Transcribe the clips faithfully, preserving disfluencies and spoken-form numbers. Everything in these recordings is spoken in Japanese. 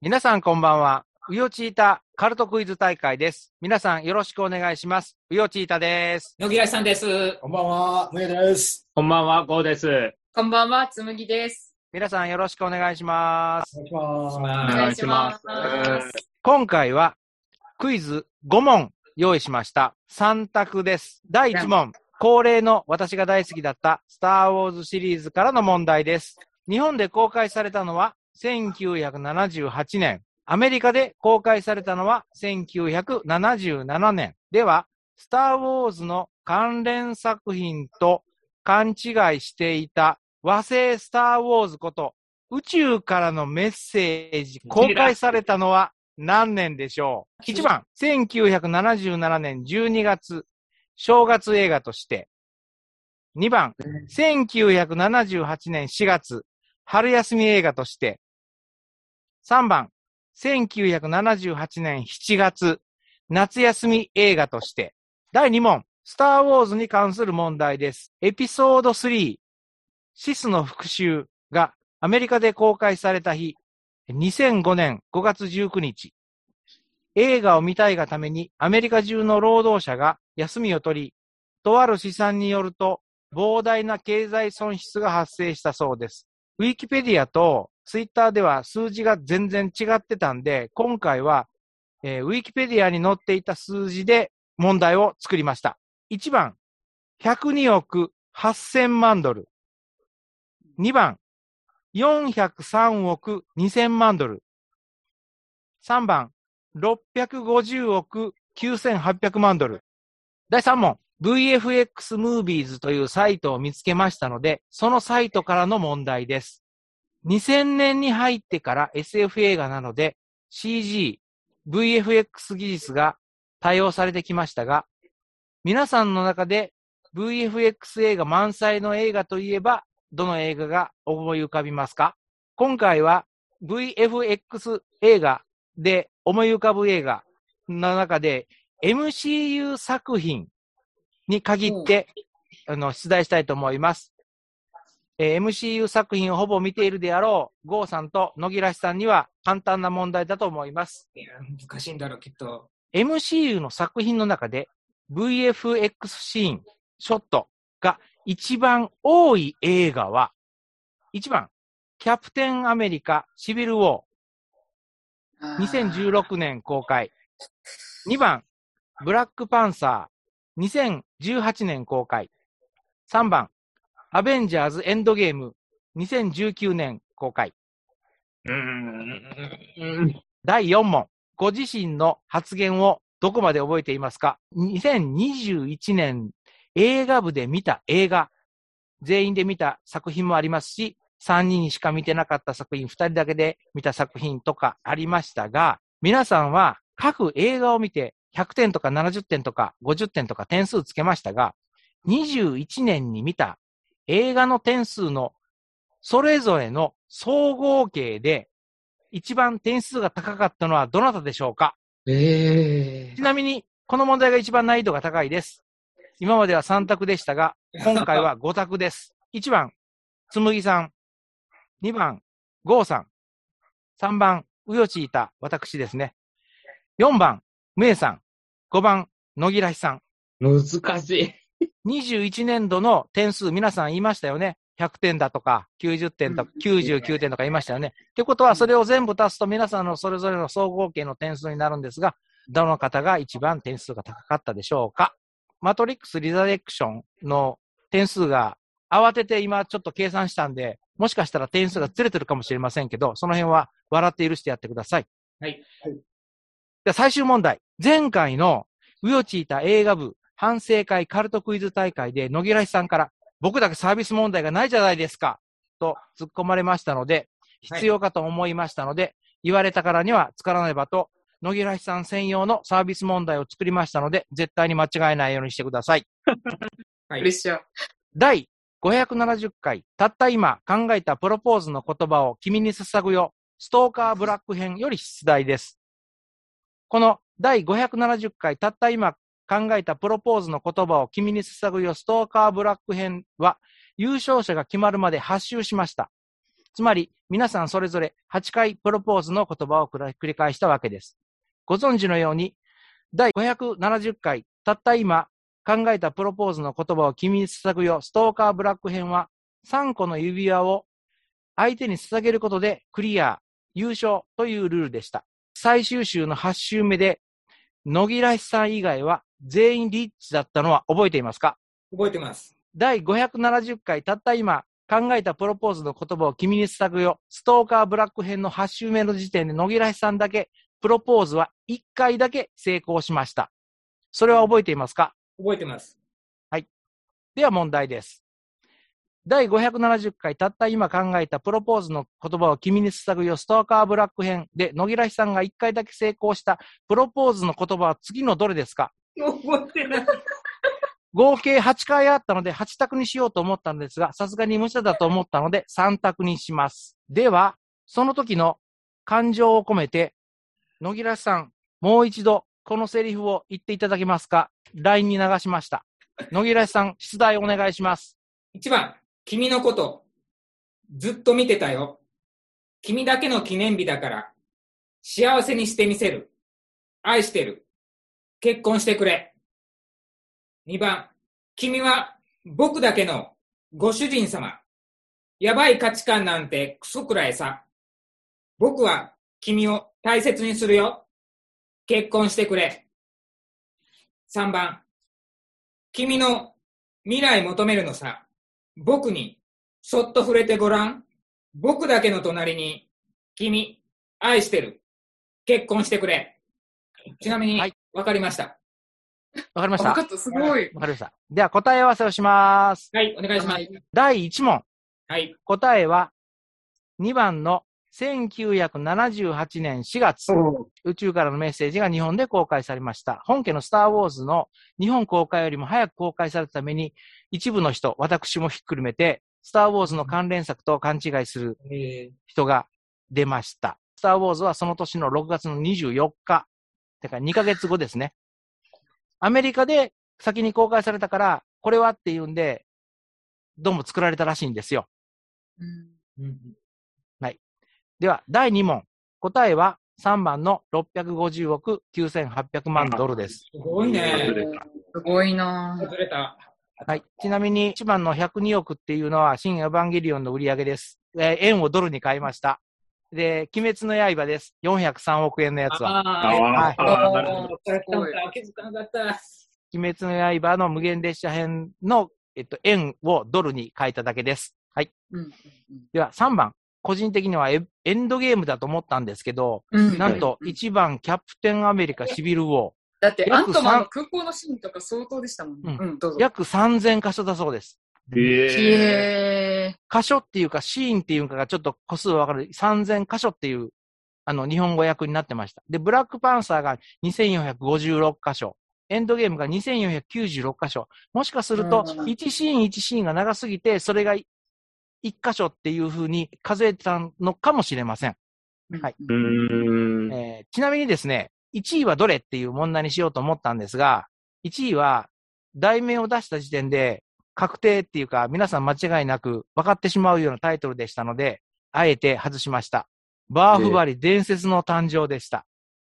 皆さんこんばんは。ウヨチータカルトクイズ大会です。皆さんよろしくお願いします。ウヨチータです。 野木らしさんです。 こんばんは、むえです。 こんばんは、ゴーです。 こんばんは、つむぎです。 皆さんよろしくお願いします。 お願いします。 お願いします。 今回はクイズご問用意しました。さん択です。だいいち問、恒例の私が大好きだったスターウォーズシリーズからの問題です。日本で公開されたのはせんきゅうひゃくななじゅうはちねん。アメリカで公開されたのはせんきゅうひゃくななじゅうななねん。では、スター・ウォーズの関連作品と勘違いしていた和製スター・ウォーズこと宇宙からのメッセージ公開されたのは何年でしょう？ いち 番、せんきゅうひゃくななじゅうななねんじゅうにがつ、正月映画として。にばん、せんきゅうひゃくななじゅうはちねんしがつ、春休み映画として。さんばん、せんきゅうひゃくななじゅうはちねんしちがつ、夏休み映画として。だいに問、スター・ウォーズに関する問題です。エピソードスリー、シスの復讐がアメリカで公開された日、にせんごねんごがつじゅうくにち。映画を見たいがためにアメリカ中の労働者が休みを取り、とある試算によると膨大な経済損失が発生したそうです。ウィキペディアとツイッターでは数字が全然違ってたんで、今回は、えー、ウィキペディアに載っていた数字で問題を作りました。いちばん、ひゃくにおくはっせんまんドル。にばん、よんひゃくさんおくにせんまんドル。さんばん、ろっぴゃくごじゅうおくきゅうせんはっぴゃくまんドル。だいさん問、ブイエフエックス Movies というサイトを見つけましたので、そのサイトからの問題です。にせんねんに入ってから エスエフ 映画なので シージー、ブイエフエックス 技術が対応されてきましたが、皆さんの中で ブイエフエックス 映画満載の映画といえば、どの映画が思い浮かびますか？今回は ブイエフエックス 映画で思い浮かぶ映画の中で エムシーユー 作品に限って、あの出題したいと思います。えー、エムシーユー 作品をほぼ見ているであろうゴーさんと野木らしさんには簡単な問題だと思います。 いや、難しいんだろうけど。 エムシーユー の作品の中で ブイエフエックス シーン、ショットが一番多い映画は、いちばん、キャプテンアメリカシビルウォー、にせんじゅうろくねん公開。にばん、ブラックパンサー、にせんじゅうはちねん公開。さんばん、アベンジャーズエンドゲーム、にせんじゅうきゅうねん公開。 うーんだいよん問、ご自身の発言をどこまで覚えていますか？にせんにじゅういちねん映画部で見た映画、全員で見た作品もありますし、さんにんしか見てなかった作品、ふたりだけで見た作品とかありましたが、皆さんは各映画を見てひゃくてんとかななじゅってんとかごじゅってんとか点数つけましたが、にじゅういちねんに見た映画の点数のそれぞれの総合計で一番点数が高かったのはどなたでしょうか？ えー、 ちなみにこの問題が一番難易度が高いです。今まではさん択でしたが、今回はご択です。いちばん、つむぎさん。にばん、ゴーさん。さんばん、うよちいた、私ですね。よんばん、むえさん。ごばん、のぎらしさん。 難しい。 にじゅういちねんどの点数、皆さん言いましたよね。ひゃくてんだとか、きゅうじゅってんとか、きゅうじゅうきゅうてんとか言いましたよね。ってことは、それを全部足すと皆さんのそれぞれの総合計の点数になるんですが、どの方が一番点数が高かったでしょうか？マトリックスリザレクションの点数が慌てて今ちょっと計算したんで、もしかしたら点数がずれてるかもしれませんけど、その辺は笑って許してやってください。 はい。 では最終問題。前回のうよちいた映画部反省会カルトクイズ大会で野木らしさんから僕だけサービス問題がないじゃないですかと突っ込まれましたので、必要かと思いましたので、はい、言われたからには使わねばと野木らしさん専用のサービス問題を作りましたので、絶対に間違えないようにしてください。 はい、プレッシャー。 だいごひゃくななじゅっかい、たった今考えたプロポーズの言葉を君に捧ぐよ、ストーカーブラック編より出題です。このだいごひゃくななじゅっかい、たった今考えたプロポーズの言葉を君に捧ぐよ、ストーカーブラック編は、優勝者が決まるまではっ周しました。 つまり、皆さんそれぞれはちかいプロポーズの言葉を繰り返したわけです。ご存知のように、だいごひゃくななじゅっかい、たった今、考えたプロポーズの言葉を君に捧ぐよ、ストーカーブラック編は、さんこの指輪を相手に捧げることでクリア、優勝というルールでした。最終週のはち週目で、野木らしさん以外は全員リッチだったのは覚えていますか？ 覚えてます。 だいごひゃくななじゅっかい、たった今、考えたプロポーズの言葉を君に捧ぐよ、ストーカーブラック編のはち週目の時点で野木らしさんだけ、プロポーズはいっかいだけ成功しました。それは覚えていますか？ 覚えてます。 はい。では問題です。だいごひゃくななじゅっかい、たった今考えたプロポーズの言葉を君に捧ぐよ、ストーカーブラック編で野木らしさんがいっかいだけ成功したプロポーズの言葉は次のどれですか？ 覚えてない。 合計はちかいあったのではち択にしようと思ったのですが、さすがに無茶だと思ったのでさん択にします。では、その時の感情を込めて、野木らしさん、もう一度このセリフを言っていただけますか？ ライン に流しました。野木らしさん、出題お願いします。 いちばん、君のこと、ずっと見てたよ。君だけの記念日だから、幸せにしてみせる。愛してる。結婚してくれ。にばん、君は僕だけのご主人様。やばい価値観なんてクソくらいさ。僕は君を大切にするよ。結婚してくれ。さんばん、君の未来求めるのさ。僕にそっと触れてごらん。僕だけの隣に君、愛してる。結婚してくれ。ちなみに、 はい、 わかりました。 わかりました。 わかった、すごい。 わかりました。では答え合わせをします。 はい、お願いします。 だいいち問。 はい。 答えはにばんのせんきゅうひゃくななじゅうはちねんしがつ、宇宙からのメッセージが日本で公開されました。本家のスター・ウォーズの日本公開よりも早く公開されたために、一部の人、私もひっくるめて、スター・ウォーズの関連作と勘違いする人が出ました。スター・ウォーズはその年のろくがつのにじゅうよっか、だからにかげつごですね。アメリカで先に公開されたから、これはっていうんで、どうも作られたらしいんですよ。 うん、 はい。では、だいに問。答えはさんばんのろっぴゃくごじゅうおくきゅうせんはっぴゃくまんドルです。 すごいね。 すごいな外れた。 はい。ちなみにいちばんのひゃくにおくっていうのは、新エヴァンゲリオンの売り上げです。えー、円をドルに変えました。で、鬼滅の刃です。よんひゃくさんおくえんのやつは。 ああ、 はい。 気づかなかった。 鬼滅の刃の無限列車編の、えっと、円をドルに変えただけです。はい。 うん、 では、さんばん。個人的にはエンドゲームだと思ったんですけど、 うん、 なんといちばんキャプテンアメリカシビルウォー。 だってアントマンの空港のシーンとか相当でしたもんね。 うんうん、どうぞ。 約さんぜんかしょだそうです。 へー。 箇所っていうかシーンっていうかがちょっと個数はわかる。さんぜんかしょっていうあの日本語訳になってました。で、ブラックパンサーがにせんよんひゃくごじゅうろっかしょ。エンドゲームがにせんよんひゃくきゅうじゅうろっかしょ。もしかするといちシーンいちシーンが長すぎて、それがいっかしょっていう風に数えてたのかもしれません。はい。 うーんえー、ちなみにですね、いちいはどれっていう問題にしようと思ったんですが、いちいは題名を出した時点で確定っていうか皆さん間違いなく分かってしまうようなタイトルでしたので、あえて外しました。バーフバリ伝説の誕生でした。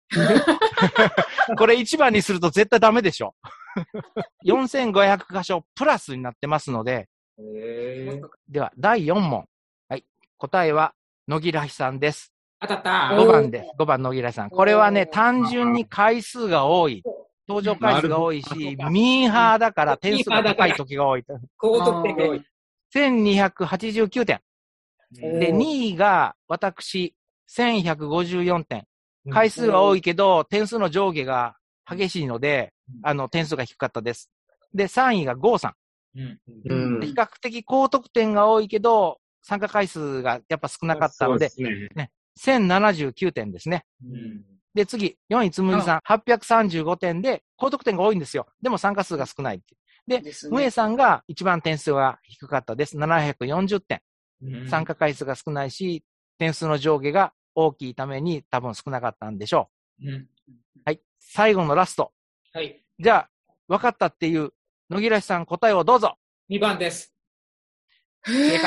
これいちばんにすると絶対ダメでしょ。よんせんごひゃくかしょプラスになってますので、 へーではだいよん問。はい。答えは野木らひさんです。 当たった。 ごばんです。ごばん野木らひさん。これはね、単純に回数が多い。登場回数が多いし、ミーハーだから点数が高い時が多い。 高得点が多い。 せんにひゃくはちじゅうきゅうてん。で、にいが私、せんひゃくごじゅうよんてん。回数が多いけど、点数の上下が激しいので、あの、点数が低かったです。で、さんいがゴーさん。 うん比較的高得点が多いけど、参加回数がやっぱ少なかったので、 そうですねね、せんななじゅうきゅうてんですね。 うんで、次、よんいつむぎさん、はっぴゃくさんじゅうごてんで、高得点が多いんですよ。でも参加数が少ないって。で、 ですねむえさんが一番点数が低かったです。ななひゃくよんじゅってん。 うん参加回数が少ないし、点数の上下が大きいために多分少なかったんでしょうんう。はい。最後のラスト。 はい。 じゃあ、分かったっていう野木らしさん答えをどうぞ。 にばんです。 正解。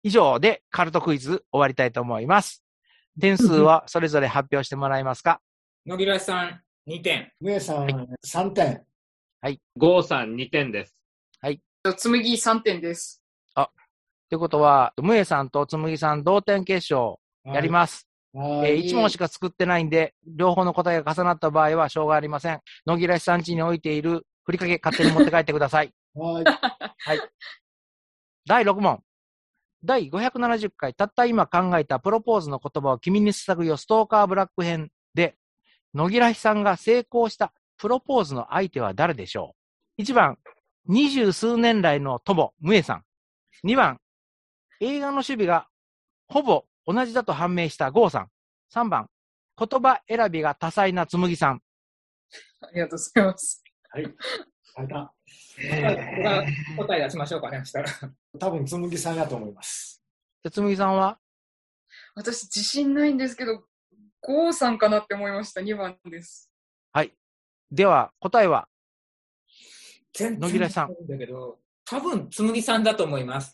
以上でカルトクイズ終わりたいと思います。点数はそれぞれ発表してもらえますか？ 野木らさんにてん。 むえさんさんてん。 ゴーさんにてんです。 つむぎさんてんです。 ということは、むえさんとつむぎさん同点決勝やります。 はい。 えー、いち問しか作ってないんで、両方の答えが重なった場合はしょうがありません。野木らさん家に置いているふりかけ勝手に持って帰ってください。 はい。 はい。だいろく問。だいごひゃくななじゅっかい、たった今考えたプロポーズの言葉を君に捧ぐよストーカーブラック編で、野木らさんが成功したプロポーズの相手は誰でしょう？ いち 番、二十数年来の友、むえさん。にばん、映画の守備がほぼ同じだと判明したゴーさん。さんばん、言葉選びが多彩なつむぎさん。 ありがとうございます。 はい。あれだ。 答え出しましょうかね、したら。 多分、つむぎさんやと思います。 でつむぎさんは？ 私、自信ないんですけど、ゴーさんかなって思いました。にばんです。 はい。では、答えは？ 全野木らさん。 だけど、多分、つむぎさんだと思います。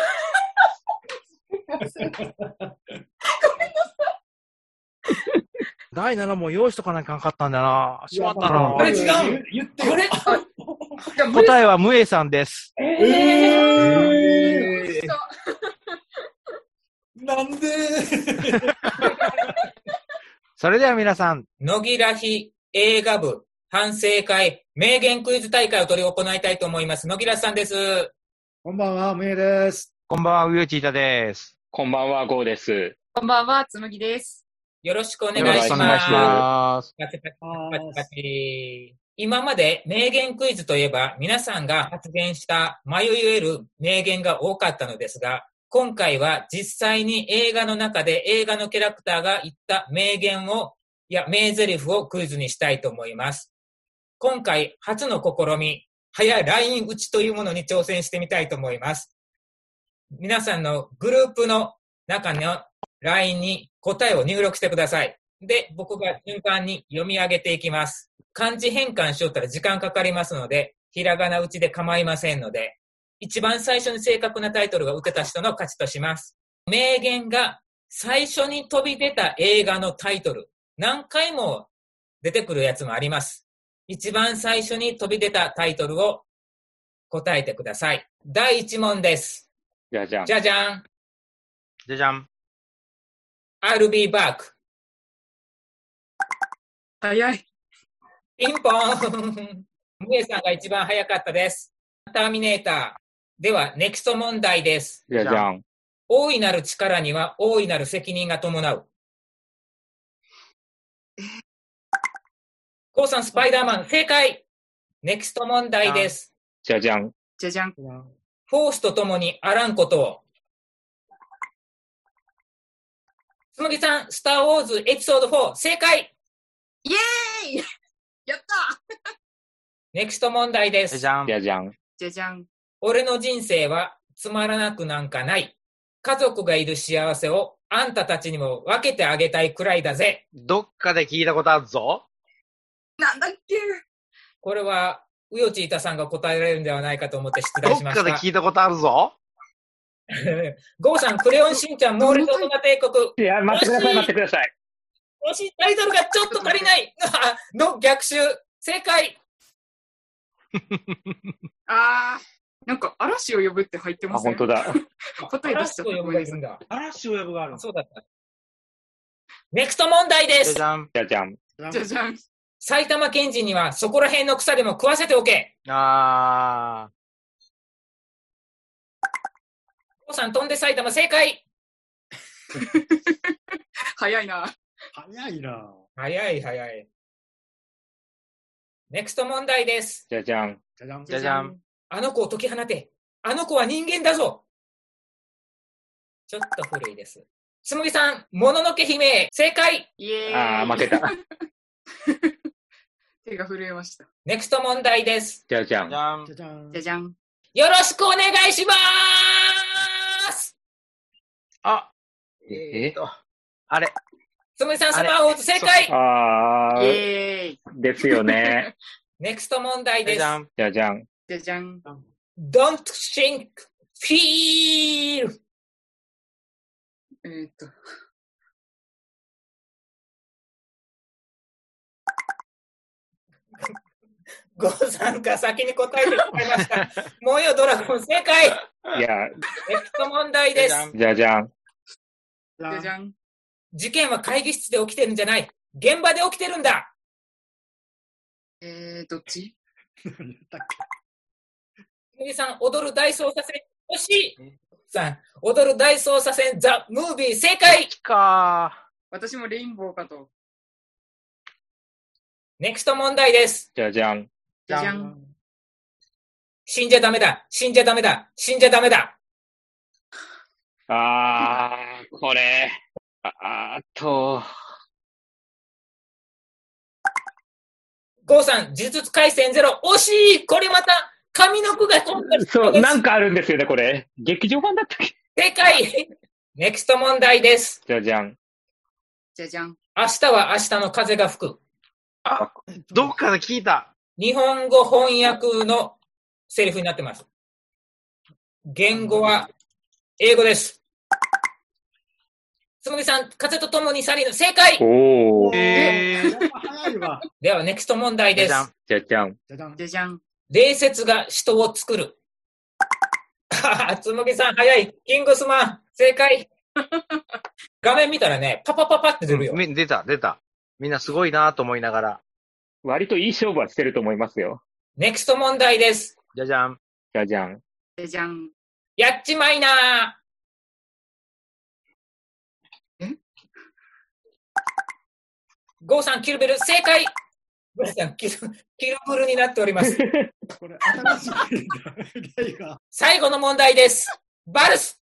だいなな問用意しとかなきゃなかったんだよな。しまったな。 あれ違う言ってよ。 あれ答えはむえさんです。 ええー、なんでそれでは皆さん、 野木らひ映画部反省会名言クイズ大会を取り行いたいと思います。野木らさんです。 こんばんは、むえです。 こんばんは、うよちいたです。 こんばんは、ゴーです。 こんばんは、つむぎです。 よろしくお願いしよろしくお願いしま。 ますす。 パチパチパチパチ。今まで名言クイズといえば皆さんが発言した迷い得る名言が多かったのですが、今回は実際に映画の中で映画のキャラクターが言った名言を、いや、名台詞をクイズにしたいと思います。今回初の試み、早いライン打ちというものに挑戦してみたいと思います。皆さんのグループの中の ライン に答えを入力してください。で、僕が順番に読み上げていきます。漢字変換しよったら時間かかりますので、ひらがな打ちで構いませんので、一番最初に正確なタイトルが打てた人の勝ちとします。名言が最初に飛び出た映画のタイトル、何回も出てくるやつもあります。一番最初に飛び出たタイトルを答えてください。だいいち問です。 じゃじゃん。 じゃじゃん。 じゃじゃん。 I'll be back。 早い。 ピンポーン。むえさんが一番早かったです。ターミネーター。では、ネクスト問題です。 じゃじゃん。 大いなる力には大いなる責任が伴う。コウさん、スパイダーマン、正解。ネクスト問題です。 じゃじゃん。 じゃじゃん。 フォースとともにあらんことを。つむぎさん、スター・ウォーズエピソードフォー、正解。 イエーイやったネクスト問題です。 じゃじゃん。 じゃじゃん。 じゃじゃん。 俺の人生はつまらなくなんかない。家族がいる幸せをあんたたちにも分けてあげたいくらいだぜ。 どっかで聞いたことあるぞ。 なんだっけこれは、うよちいたさんが答えられるんではないかと思って出どっ題しました。 かで聞いたことあるぞ。 ゴーさん、クレヨンしんちゃん、猛烈大人帝国。 いや、待ってください、待ってください。 もしタイトルがちょっと足りないの逆襲。正解。 あー、なんか嵐を呼ぶって入ってあ、 ますね。 本当だ。 答え出しちゃった。 嵐を呼ぶがいるんだ。 嵐を呼ぶがある。 そうだった。ネクスト問題ですじゃじ。ゃん。 じゃじゃん。 じゃじゃん。 埼玉県人にはそこら辺の草でも食わせておけ。 あゴーさん、飛んで埼玉、正解。 早いな。 早いな。 早い早い。ネクスト問題です。 じゃじゃん。 じゃじゃん。 じゃじゃん。 あの子を解き放て。あの子は人間だぞ。ちょっと古いです。つむぎさん、もののけ姫、正解。 イエーイ。 あー、負けた。 手が震えました。 ネクスト問題です。 じゃじゃん。 じゃんじ。ゃじゃん。 じゃじゃん。 よろしくお願いしまーす。 あ、 ええーっと、あれ。 つむぎさん、スマホ正解。 イあー、 エーイ。 ですよね。 ネクスト問題です。 じゃん。 じゃじゃん。 じゃじゃん。 Don't think, feel. えーっと、 ゴーさんが先に答えてしまいました。燃えよドラゴン、正解。 いや、 ネクスト問題です。 じゃじゃん。 じゃじゃん。 事件は会議室で起きてるんじゃない。現場で起きてるんだ。 えー、どっち？ 何言ったっ皆さん、踊る大捜査線、惜しい。さん、踊る大捜査線、ザ・ムービー、正解。 か私もレインボーかと。 ネクスト問題です。 じゃじゃん。 じゃじゃん。 死んじゃダメだ。死んじゃダメだ。死んじゃダメだ。 あー、これ。ああーっと。 ゴーさん、呪術廻戦ゼロ、惜しい。これまた、上の句が飛んだ。 そう、なんかあるんですよね、これ。劇場版だったっけ。 正解。ネクスト問題です。 じゃじゃん。 じゃじゃん。 明日は明日の風が吹く。 あ、どっかで聞いた。 日本語翻訳のセリフになってます。言語は英語です。つむぎさん、風とともに去りぬ、正解。 おー。 えー、 やっぱ早いわ。 では、ネクスト問題です。 じゃんじゃじゃん。 じゃじゃん。 じゃじゃん。 礼節が人を作る。つむぎさん、早い。キングスマン、正解。画面見たらね、パパパパって出るよ。 うん出た、出た。みんなすごいなと思いながら。 割といい勝負はしてると思いますよ。 ネクスト問題です。 じゃじゃん。 じゃじゃん。 じゃじゃん。 やっちまいなえゴーさん、キルベル、正解。ゴーさん、キル、キルブルになっております。 これ、新しい。が最後の問題です。バルス。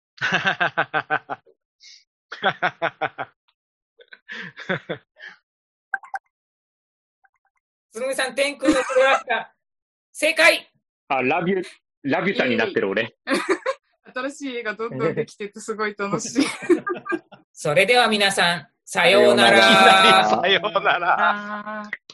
つむぎさん、天空のクレワシカ。正解。 あ、ラビュ、ラビュタになってる俺。 新しい映画どんどんできててすごい楽しい。 それでは皆さん、さようなさようならら。 さようなら。 あー